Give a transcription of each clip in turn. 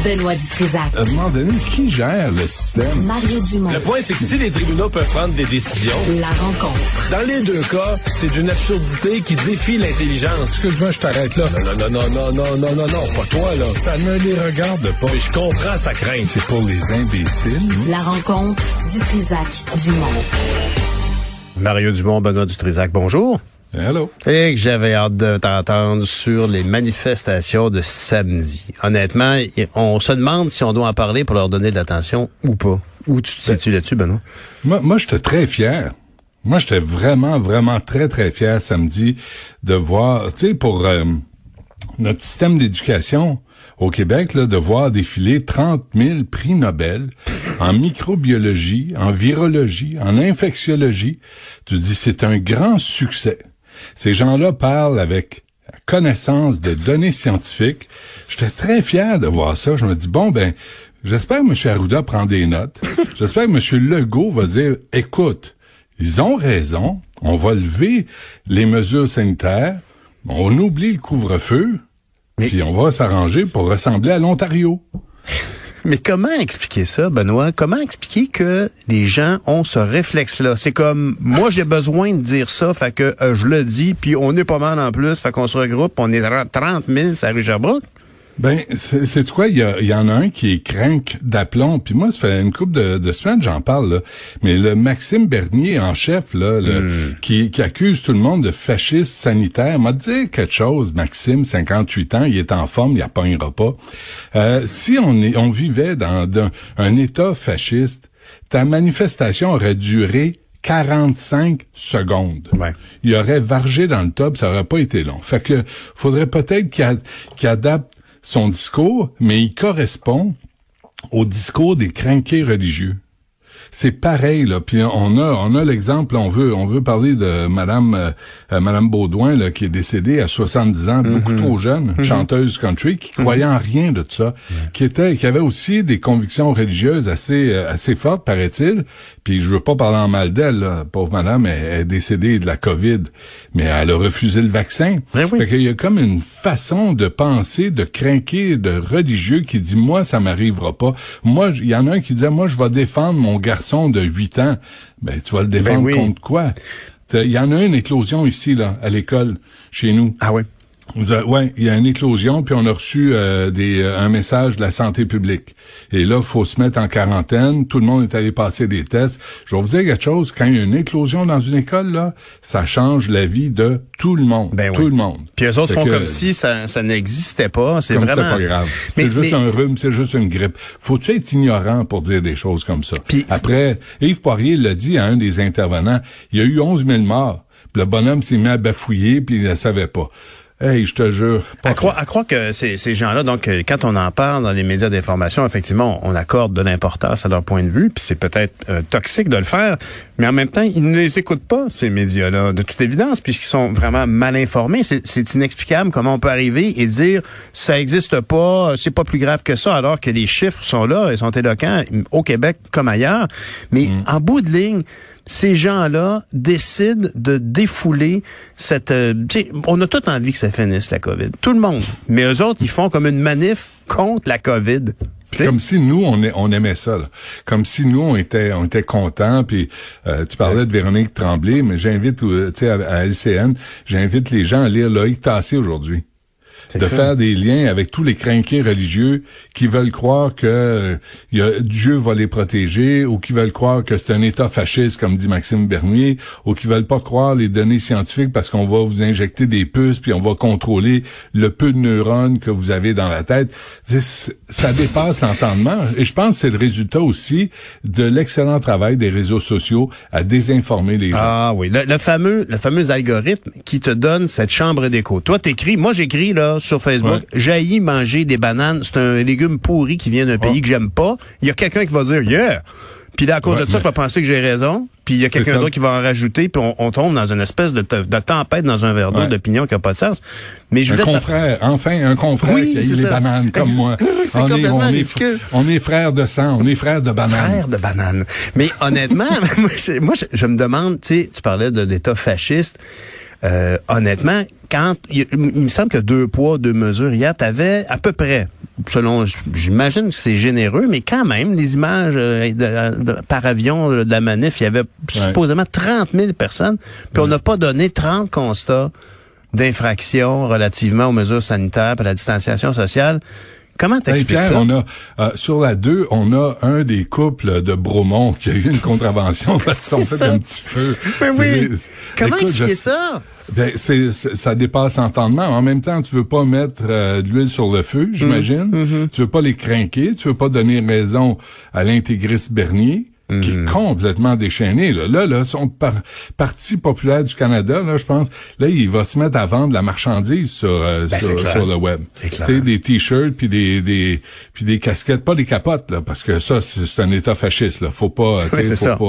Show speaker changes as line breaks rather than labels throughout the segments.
Benoît Dutrisac.
À un moment donné, qui gère le système?
Mario Dumont.
Le point, c'est que si les tribunaux peuvent prendre des décisions...
La rencontre.
Dans les deux cas, c'est d'une absurdité qui défie l'intelligence.
Excuse-moi, je t'arrête là.
Non, pas toi, là.
Ça ne les regarde pas.
Mais je comprends sa crainte.
C'est pour les imbéciles.
La rencontre Dutrisac-Dumont.
Mario Dumont, Benoît Dutrisac, bonjour.
Hello.
Et que j'avais hâte de t'entendre sur les manifestations de samedi. Honnêtement, on se demande si on doit en parler pour leur donner de l'attention ou pas. Où tu te situes là-dessus, Benoît?
Moi, j'étais très fier. Moi, j'étais vraiment, vraiment très, très fier samedi de voir, tu sais, pour notre système d'éducation au Québec, là, de voir défiler 30 000 prix Nobel en microbiologie, en virologie, en infectiologie. Tu dis, c'est un grand succès. Ces gens-là parlent avec connaissance de données scientifiques. J'étais très fier de voir ça. Je me dis, j'espère que M. Arruda prend des notes. J'espère que M. Legault va dire, écoute, ils ont raison, on va lever les mesures sanitaires, on oublie le couvre-feu, puis on va s'arranger pour ressembler à l'Ontario.
Mais comment expliquer ça, Benoît? Comment expliquer que les gens ont ce réflexe-là? C'est comme, moi, j'ai besoin de dire ça, fait que je le dis, puis on est pas mal en plus, fait qu'on se regroupe, on est 30 000 sur la rue Sherbrooke.
C'est quoi, il y en a un qui est crinque d'aplomb, puis moi, ça fait une couple de semaines j'en parle, là. Mais le Maxime Bernier en chef, là, qui accuse tout le monde de fascisme sanitaire, m'a dit quelque chose, Maxime, 58 ans, il est en forme, il appognera pas. Si on vivait dans un État fasciste, ta manifestation aurait duré 45 secondes.
Ouais.
Il aurait vargé dans le top, ça aurait pas été long. Fait que, faudrait peut-être qu'il adapte son discours, mais il correspond au discours des crinqués religieux. C'est pareil, là. Puis on a l'exemple, on veut parler de Madame Beaudoin, là, qui est décédée à 70 ans, beaucoup trop jeune, chanteuse country, qui croyait en rien de ça, qui avait aussi des convictions religieuses assez fortes, paraît-il. Puis je veux pas parler en mal d'elle, là. Pauvre madame, elle est décédée de la COVID, mais elle a refusé le vaccin.
Ben oui.
Fait qu'il y a comme une façon de penser, de crinquer, de religieux qui dit, moi, ça m'arrivera pas. Moi, il y en a un qui disait, moi, je vais défendre mon garçon de 8 ans. Ben, tu vas le défendre contre quoi? Il y en a une éclosion ici, là, à l'école, chez nous.
Ah oui?
Ouais, il y a une éclosion, puis on a reçu un message de la santé publique. Et là, faut se mettre en quarantaine. Tout le monde est allé passer des tests. Je vais vous dire quelque chose. Quand il y a une éclosion dans une école, là, ça change la vie de tout le monde. Tout le monde.
Puis eux autres font comme si ça n'existait pas. C'est
comme
vraiment...
c'est pas grave. C'est juste un rhume, c'est juste une grippe. Faut-tu être ignorant pour dire des choses comme ça? Puis, après, Yves Poirier l'a dit à un des intervenants, il y a eu 11 000 morts. Puis le bonhomme s'est mis à bafouiller, puis il ne savait pas. Hey, je te jure.
À croire que ces gens-là, donc, quand on en parle dans les médias d'information, effectivement, on accorde de l'importance à leur point de vue, puis c'est peut-être toxique de le faire, mais en même temps, ils ne les écoutent pas, ces médias-là, de toute évidence, puisqu'ils sont vraiment mal informés. C'est inexplicable comment on peut arriver et dire ça existe pas, c'est pas plus grave que ça, alors que les chiffres sont là, ils sont éloquents, au Québec comme ailleurs. Mais en bout de ligne, ces gens-là décident de défouler cette... on a tout envie que ça finisse, la COVID. Tout le monde. Mais eux autres, ils font comme une manif contre la COVID. T'sais?
Comme si nous, on aimait ça. Là. Comme si nous, on était contents. Puis tu parlais de Véronique Tremblay, mais j'invite, à LCN, j'invite les gens à lire Loïc Tassé aujourd'hui. De faire des liens avec tous les crinqués religieux qui veulent croire que Dieu va les protéger, ou qui veulent croire que c'est un État fasciste, comme dit Maxime Bernier, ou qui veulent pas croire les données scientifiques parce qu'on va vous injecter des puces puis on va contrôler le peu de neurones que vous avez dans la tête. Ça dépasse l'entendement. Et je pense que c'est le résultat aussi de l'excellent travail des réseaux sociaux à désinformer les gens.
Ah oui, le fameux algorithme qui te donne cette chambre d'écho. Toi, moi j'écris là sur Facebook, j'haïs manger des bananes, c'est un légume pourri qui vient d'un pays que j'aime pas. Il y a quelqu'un qui va dire yeah. Puis là, à cause de ça, tu vas penser que j'ai raison. Puis il y a quelqu'un d'autre qui va en rajouter. Puis on tombe dans une espèce de tempête dans un verre d'eau d'opinion qui n'a pas de sens. Mais je
un confrère qui a eu les bananes comme moi.
C'est complètement ridicule.
On est frères de sang, on est frères de bananes.
Frères de bananes. Mais honnêtement, moi, je me demande, tu parlais de l'État fasciste. honnêtement, il me semble que 2 poids, 2 mesures, hier, t'avais à peu près, selon, j'imagine que c'est généreux, mais quand même, les images par avion de la manif, il y avait supposément 30 000 personnes, puis on n'a pas donné 30 constats d'infraction relativement aux mesures sanitaires et à la distanciation sociale. Comment t'expliques
Pierre,
ça?
On a, sur la 2, on a un des couples de Bromont qui a eu une contravention parce qu'ils ont fait un petit feu.
Mais oui. Comment expliquer ça?
Ben, ça dépasse entendement. En même temps, tu veux pas mettre de l'huile sur le feu, j'imagine. Tu veux pas les craquer. Tu veux pas donner raison à l'intégriste Bernier, qui est complètement déchaîné. Là, son Parti populaire du Canada, là, je pense, là, il va se mettre à vendre la marchandise sur le web.
C'est clair.
Tu sais, des t-shirts puis des casquettes, pas des capotes, là, parce que ça, c'est un État fasciste, là. Faut pas,
oui, c'est ça.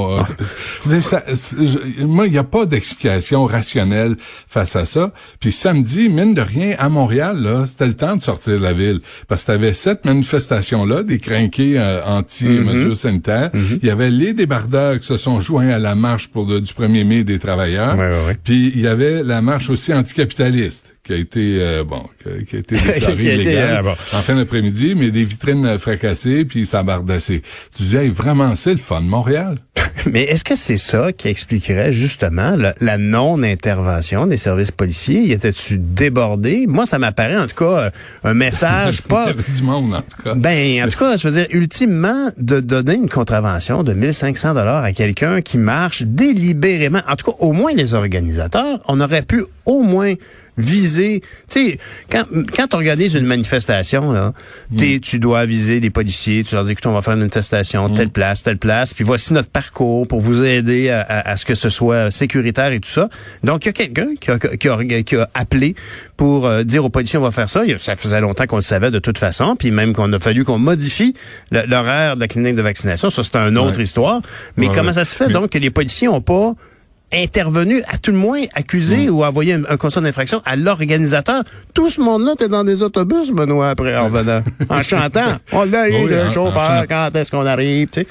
Moi, il n'y a pas d'explication rationnelle face à ça. Puis samedi, mine de rien, à Montréal, là, c'était le temps de sortir de la ville. Parce que t'avais cette manifestation-là, des crinqués anti-mesures sanitaires. Il y avait les débardeurs qui se sont joints à la marche du 1er mai des travailleurs. Puis il y avait la marche aussi anticapitaliste qui a été qui a été déclarée illégale en fin d'après-midi, mais des vitrines fracassées puis s'embardassées. Tu disais, vraiment, c'est le fun de Montréal.
Mais est-ce que c'est ça qui expliquerait justement la non-intervention des services policiers? Y étais-tu débordé? Moi, ça m'apparaît en tout cas un message pas...
Il y avait du monde, en tout cas.
Ben, en tout cas, je veux dire, ultimement, de donner une contravention de 1 500 $ à quelqu'un qui marche délibérément, en tout cas, au moins les organisateurs, on aurait pu au moins viser, tu sais, quand tu organises une manifestation, là, tu dois viser les policiers, tu leur dis, écoute, on va faire une manifestation, telle place, puis voici notre parcours pour vous aider à ce que ce soit sécuritaire et tout ça. Donc, il y a quelqu'un qui a appelé pour dire aux policiers, on va faire ça. Ça faisait longtemps qu'on le savait de toute façon, puis même qu'on a fallu qu'on modifie l'horaire de la clinique de vaccination. Ça, c'est une autre histoire. Mais comment ça se fait, donc, que les policiers n'ont pas intervenu, à tout le moins accusé ou envoyé un constat d'infraction à l'organisateur? Tout ce monde-là, t'es dans des autobus, Benoît, après, en venant, en chantant. On l'a eu, le chauffeur, quand est-ce qu'on arrive, tu sais.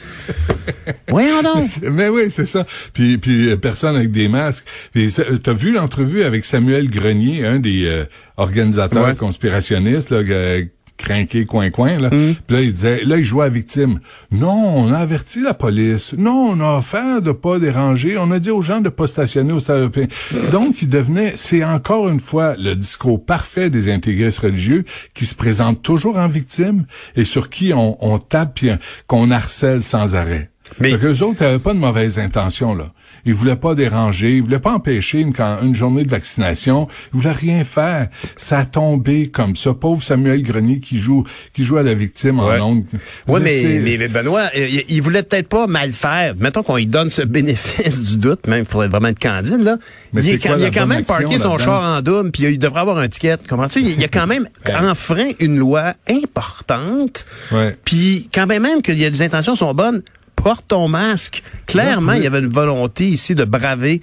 Voyons donc.
Mais oui, c'est ça. Puis personne avec des masques. Puis t'as vu l'entrevue avec Samuel Grenier, un des organisateurs conspirationnistes, là, crinqué, coin, là. Puis là, il disait, il jouait à victime. Non, on a averti la police. Non, on a offert de pas déranger. On a dit aux gens de pas stationner au stade européen. Donc, c'est encore une fois le discours parfait des intégristes religieux qui se présentent toujours en victime et sur qui on tape puis qu'on harcèle sans arrêt. Mais eux autres n'avaient pas de mauvaises intentions, là. Ils voulaient pas déranger, ils voulaient pas empêcher une journée de vaccination, ils voulaient rien faire. Ça a tombé comme ça. Pauvre Samuel Grenier qui joue à la victime en longue.
Oui, mais Benoît, il voulait peut-être pas mal faire. Mettons qu'on lui donne ce bénéfice du doute, même, il faudrait vraiment être candide, là.
Mais
il a quand même parqué son char en double, puis il devrait avoir un ticket. Comprends-tu? Il a quand même enfreint une loi importante. Puis quand même que les intentions sont bonnes, porte ton masque. Clairement, il y avait une volonté ici de braver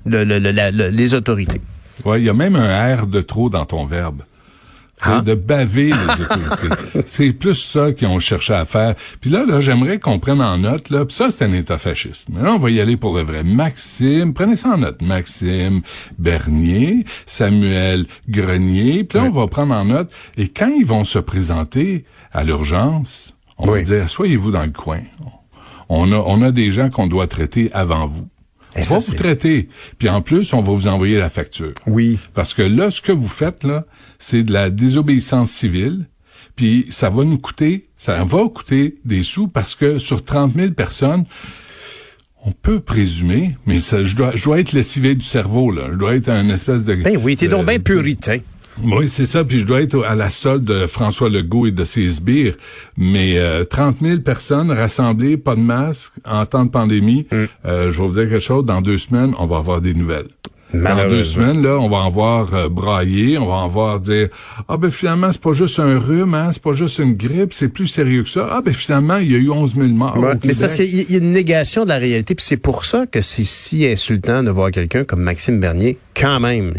les autorités.
Oui, il y a même un R de trop dans ton verbe. C'est de baver les autorités. C'est plus ça qu'ils ont cherché à faire. Puis là, j'aimerais qu'on prenne en note, là, puis ça, c'est un État fasciste. Mais là, on va y aller pour le vrai. Prenez ça en note. Maxime Bernier, Samuel Grenier, puis là, on va prendre en note. Et quand ils vont se présenter à l'urgence, on va dire, soyez-vous dans le coin. On a des gens qu'on doit traiter avant vous. On va vous traiter. Puis en plus, on va vous envoyer la facture.
Oui.
Parce que là, ce que vous faites, là, c'est de la désobéissance civile. Puis ça va coûter des sous parce que sur 30 000 personnes, on peut présumer, mais je dois être lessivé du cerveau, là. Je dois être un espèce de...
Ben oui, t'es donc bien puritain.
Oui, c'est ça, puis je dois être à la solde de François Legault et de ses sbires, mais 30 000 personnes rassemblées, pas de masque, en temps de pandémie, je vais vous dire quelque chose, dans 2 semaines, on va avoir des nouvelles. Dans 2 semaines, là, on va en voir brailler, on va en voir dire finalement, c'est pas juste un rhume, hein, c'est pas juste une grippe, c'est plus sérieux que ça. Finalement, il y a eu 11 000 morts.
Mais c'est parce qu'il y a une négation de la réalité, puis c'est pour ça que c'est si insultant de voir quelqu'un comme Maxime Bernier, quand même.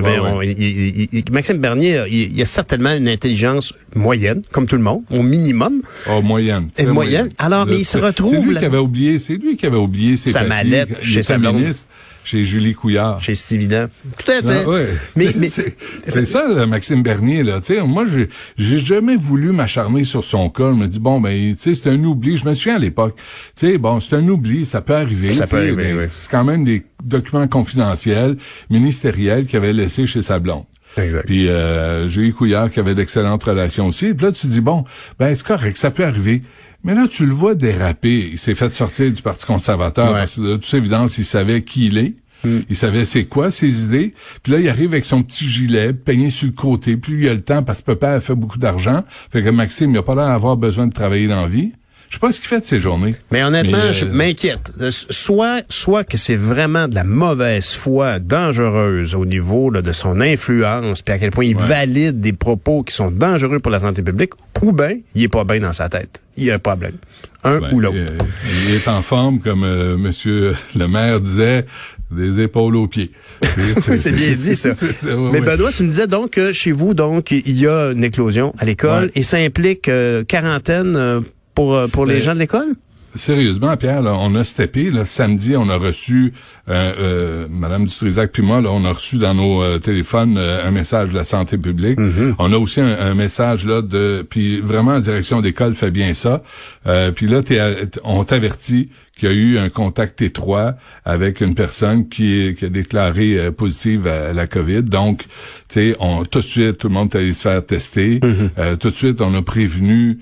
Maxime Bernier, il a certainement une intelligence moyenne, comme tout le monde, au minimum.
Moyenne.
Moyenne. Alors, mais il se retrouve...
C'est lui qui avait oublié ses
sa
papiers.
mallette chez sa blonde.
chez Julie Couillard.
Chez Stevie Duff. Tout à fait.
Ah, ouais. C'est ça, là, Maxime Bernier, là. Tu sais, moi, j'ai jamais voulu m'acharner sur son cas. Je me dis, bon, ben, tu sais, c'est un oubli. Je me souviens à l'époque. Tu sais, bon, c'est un oubli, ça peut arriver.
Ça peut arriver, oui.
C'est quand même des documents confidentiels, ministériels qu'il avait laissés chez sa blonde.
Exact.
Puis Julie Couillard qui avait d'excellentes relations aussi. Puis là, tu te dis, bon, ben c'est correct, ça peut arriver. Mais là, tu le vois déraper. Il s'est fait sortir du Parti conservateur parce que de toute évidence, il savait qui il est. Il savait c'est quoi ses idées. Puis là, il arrive avec son petit gilet peigné sur le côté. Plus il a le temps parce que papa a fait beaucoup d'argent. Fait que Maxime, il a pas l'air d'avoir besoin de travailler dans la vie. Je sais pas ce qu'il fait de ses journées.
Mais honnêtement, je m'inquiète. Soit que c'est vraiment de la mauvaise foi dangereuse au niveau là, de son influence, puis à quel point il valide des propos qui sont dangereux pour la santé publique, ou bien il est pas bien dans sa tête. Il y a un problème. Ou l'autre.
Il est en forme, comme Monsieur le maire disait, des épaules aux pieds.
Oui, c'est bien dit, ça. Mais Benoît, tu me disais donc que chez vous, donc, il y a une éclosion à l'école et ça implique quarantaine pour les gens de l'école?
Sérieusement, Pierre, là, on a steppé. Là, samedi, on a reçu, Madame Dutrisac puis moi, là, on a reçu dans nos téléphones un message de la santé publique. On a aussi un message là puis vraiment en direction d'école, fait bien ça. Puis là, on t'avertit qu'il y a eu un contact étroit avec une personne qui a déclaré positive à la COVID. Donc, tu sais, tout de suite, tout le monde est allé se faire tester. Tout de suite, on a prévenu.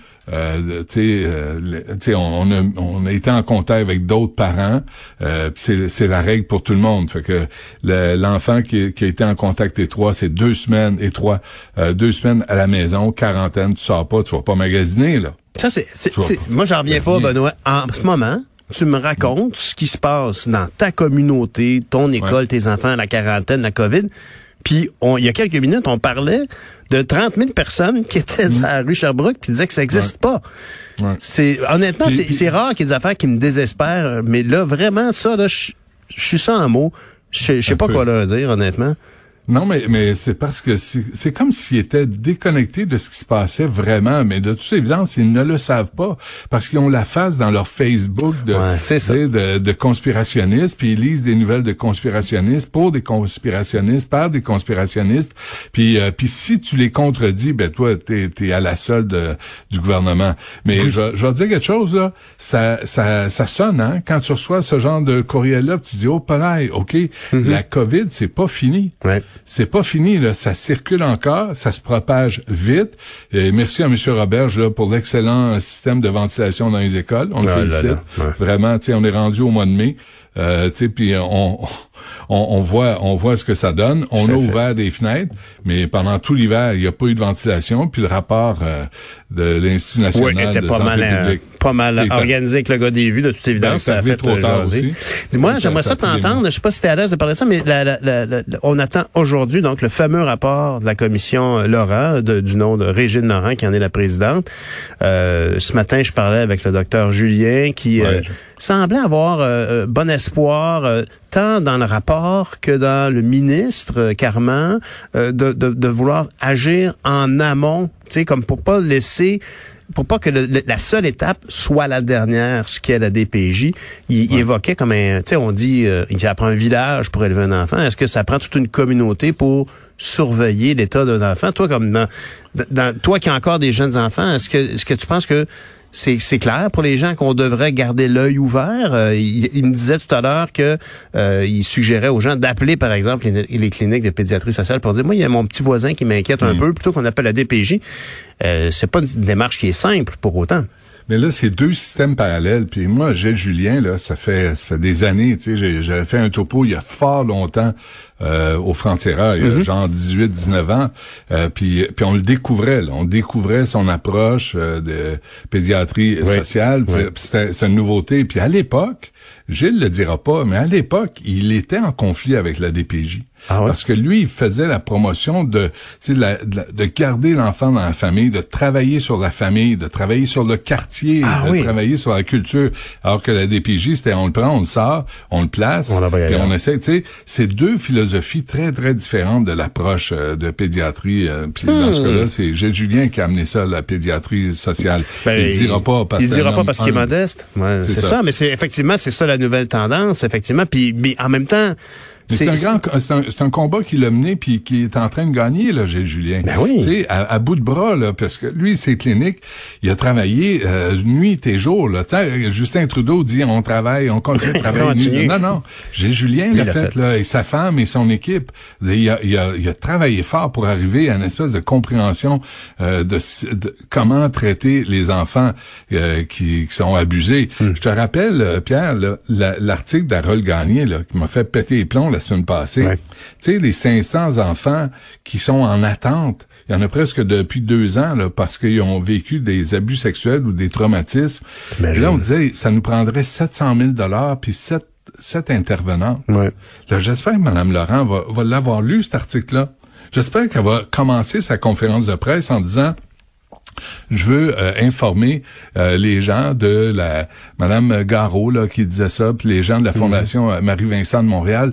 On a été en contact avec d'autres parents. C'est la règle pour tout le monde. Fait que l'enfant qui a été en contact étroit, c'est 2 semaines étroit, 2 semaines à la maison, quarantaine, tu sors pas, tu vas pas magasiner là.
Ça moi j'en reviens pas, Benoît. En ce moment, tu me racontes ce qui se passe dans ta communauté, ton école, tes enfants, la quarantaine, la COVID. Puis, il y a quelques minutes, on parlait de 30 000 personnes qui étaient dans la rue Sherbrooke puis disaient que ça n'existe pas. Honnêtement, c'est rare qu'il y ait des affaires qui me désespèrent. Mais là, vraiment, ça, là, je suis sans mots. Je sais pas quoi leur dire, honnêtement.
Non, mais c'est parce que c'est comme s'ils étaient déconnectés de ce qui se passait vraiment. Mais de toute évidence, ils ne le savent pas parce qu'ils ont la face dans leur Facebook de conspirationnistes, puis ils lisent des nouvelles de conspirationnistes pour des conspirationnistes, par des conspirationnistes. Puis si tu les contredis, ben toi, t'es à la solde du gouvernement. Mais je vais te dire quelque chose là, ça sonne hein quand tu reçois ce genre de courriel là, tu dis oh pareil, ok, la COVID c'est pas fini.
Ouais.
C'est pas fini, là. Ça circule encore, ça se propage vite. Et merci à M. Roberge, là, pour l'excellent système de ventilation dans les écoles. On le félicite. Vraiment, tu sais, on est rendu au mois de mai. Tu sais, puis on voit ce que ça donne. On a ouvert des fenêtres, mais pendant tout l'hiver, il n'y a pas eu de ventilation. Puis le rapport de l'Institut national de santé publique,
pas mal organisé avec le gars des vues, de toute évidence. Ça a fait trop tard aussi. Dis-moi, j'aimerais ça t'entendre. Je sais pas si t'es à l'aise de parler de ça, mais on attend aujourd'hui donc le fameux rapport de la commission Laurent, du nom de Régine Laurent, qui en est la présidente. Ce matin, je parlais avec le docteur Julien, qui semblait avoir bon espoir, tant dans le rapport que dans le ministre Carman, de vouloir agir en amont, tu sais, comme pour pas que la seule étape soit la dernière, ce qui est la DPJ. Il évoquait comme tu sais, on dit, ça prend un village pour élever un enfant. Est-ce que ça prend toute une communauté pour surveiller l'état d'un enfant? Toi, comme toi qui as encore des jeunes enfants, est-ce que tu penses que c'est clair pour les gens qu'on devrait garder l'œil ouvert? Il me disait tout à l'heure que il suggérait aux gens d'appeler, par exemple, les cliniques de pédiatrie sociale pour dire, moi, il y a mon petit voisin qui m'inquiète un peu, plutôt qu'on appelle la DPJ. C'est pas une démarche qui est simple pour autant.
Mais là, c'est 2 systèmes parallèles. Puis moi, Gilles Julien, là, ça fait des années, tu sais, j'avais fait un topo il y a fort longtemps au Frontières, il y a genre 18-19 ans. Puis on le découvrait, là. On découvrait son approche de pédiatrie sociale. Puis c'était une nouveauté. Puis à l'époque, Gilles le dira pas, mais à l'époque, il était en conflit avec la DPJ. Ah ouais? Parce que lui, il faisait la promotion de garder l'enfant dans la famille, de travailler sur la famille, de travailler sur le quartier, travailler sur la culture. Alors que la DPJ, c'était on le prend, on le sort, on le place, puis on essaie, tu sais, c'est 2 philosophies philosophie très, très différente de l'approche de pédiatrie. Puis dans ce cas-là, c'est Gilles Julien qui a amené ça, la pédiatrie sociale.
Ben,
il dira pas parce
qu'il est modeste. Ouais, c'est ça. Mais c'est ça la nouvelle tendance, effectivement. Puis mais en même temps,
c'est un combat qu'il a mené puis qui est en train de gagner, là, Gilles Julien.
Ben oui.
Tu sais, à bout de bras, là, parce que lui, ses cliniques, il a travaillé nuit et jour, là. T'sais, Justin Trudeau dit on continue de travailler nuit. Non. Gilles Julien l'a fait, là, et sa femme et son équipe. Il a travaillé fort pour arriver à une espèce de compréhension de comment traiter les enfants qui sont abusés. Je te rappelle, Pierre, l'article d'Harold Gagné, là, qui m'a fait péter les plombs la semaine passée.
Ouais.
Tu sais, les 500 enfants qui sont en attente, il y en a presque depuis 2 ans, là, parce qu'ils ont vécu des abus sexuels ou des traumatismes. Là, on disait, ça nous prendrait 700 000 puis 7 intervenants.
Ouais.
Là, j'espère que Mme Laurent va l'avoir lu, cet article-là. J'espère qu'elle va commencer sa conférence de presse en disant... Je veux informer les gens de la Madame Garot là qui disait ça, puis les gens de la Fondation Marie-Vincent de Montréal.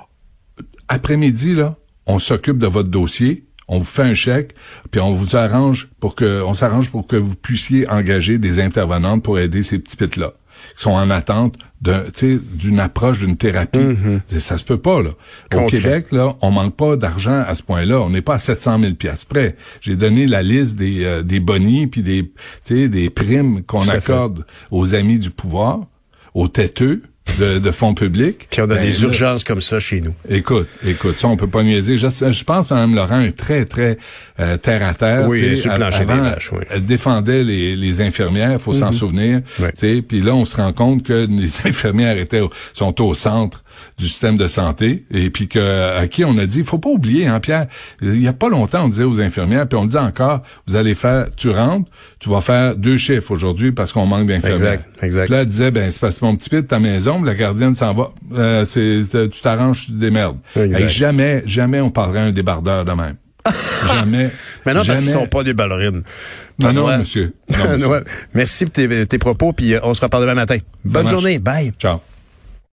Après-midi là, on s'occupe de votre dossier, on vous fait un chèque, puis on s'arrange pour que vous puissiez engager des intervenantes pour aider ces petits pits-là qui sont en attente d'une approche, d'une thérapie. Ça se peut pas, là. Au Québec, là, on manque pas d'argent à ce point-là. On n'est pas à 700 000 $ près. J'ai donné la liste des bonis puis des primes qu'on accorde aux amis du pouvoir, aux têteux de fonds publics.
Puis on a des urgences comme ça chez nous.
Écoute, ça, on peut pas niaiser. Je pense que Mme Laurent est très, très terre à terre.
Oui, sur le plancher des vaches, oui.
Elle défendait les infirmières, faut s'en souvenir.
Oui.
Puis là, on se rend compte que les infirmières sont au centre du système de santé, et puis à qui on a dit, faut pas oublier, hein, Pierre, il y a pas longtemps, on disait aux infirmières, puis on dit encore, vous allez tu rentres, tu vas faire 2 chiffres aujourd'hui parce qu'on manque d'infirmières.
Exact.
Puis là, elle disait, c'est parce que mon petit pit de ta maison, la gardienne s'en va, tu t'arranges, tu te démerdes. Et jamais on parlerait à un débardeur de même. Jamais.
Mais non, parce qu'ils sont pas des ballerines.
Non, monsieur.
Merci pour tes propos, puis on se reparle demain matin. Bonne journée. Bye.
Ciao.